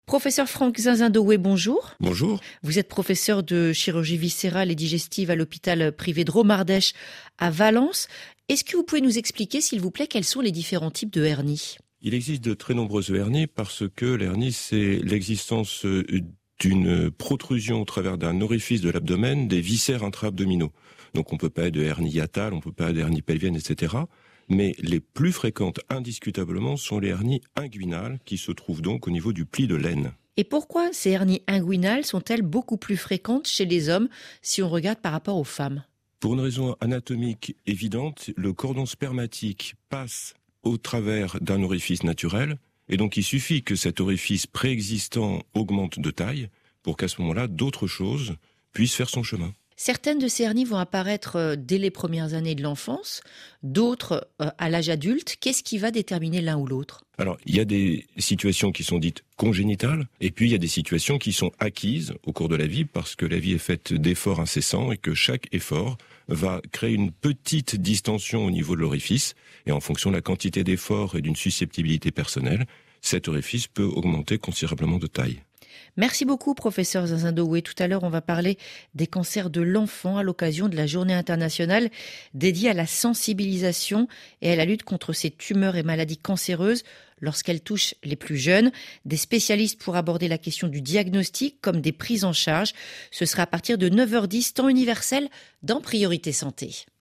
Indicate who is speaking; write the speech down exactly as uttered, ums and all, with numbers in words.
Speaker 1: Professeur Franck Zinzin-Doué, bonjour.
Speaker 2: Bonjour.
Speaker 1: Vous êtes professeur de chirurgie viscérale et digestive à l'hôpital privé de Romardèche à Valence. Est-ce que vous pouvez nous expliquer, s'il vous plaît, quels sont les différents types de hernies ?
Speaker 2: Il existe de très nombreuses hernies parce que l'hernie, c'est l'existence d'une protrusion au travers d'un orifice de l'abdomen des viscères intra-abdominaux. Donc on peut parler de hernie hiatale, on peut parler de hernie pelvienne, et cetera. Mais les plus fréquentes, indiscutablement, sont les hernies inguinales qui se trouvent donc au niveau du pli de l'aine.
Speaker 1: Et pourquoi ces hernies inguinales sont-elles beaucoup plus fréquentes chez les hommes si on regarde par rapport aux femmes ?
Speaker 2: Pour une raison anatomique évidente, le cordon spermatique passe au travers d'un orifice naturel, et donc il suffit que cet orifice préexistant augmente de taille pour qu'à ce moment-là, d'autres choses puissent faire son chemin.
Speaker 1: Certaines de ces hernies vont apparaître dès les premières années de l'enfance, d'autres à l'âge adulte. Qu'est-ce qui va déterminer l'un ou l'autre ?
Speaker 2: Alors, il y a des situations qui sont dites congénitales, et puis il y a des situations qui sont acquises au cours de la vie, parce que la vie est faite d'efforts incessants et que chaque effort va créer une petite distension au niveau de l'orifice, et en fonction de la quantité d'efforts et d'une susceptibilité personnelle, cet orifice peut augmenter considérablement de taille.
Speaker 1: Merci beaucoup, professeur Zinzin-Doué. Tout à l'heure, on va parler des cancers de l'enfant à l'occasion de la journée internationale dédiée à la sensibilisation et à la lutte contre ces tumeurs et maladies cancéreuses lorsqu'elles touchent les plus jeunes. Des spécialistes pour aborder la question du diagnostic comme des prises en charge. Ce sera à partir de neuf heures dix, temps universel, dans Priorité Santé.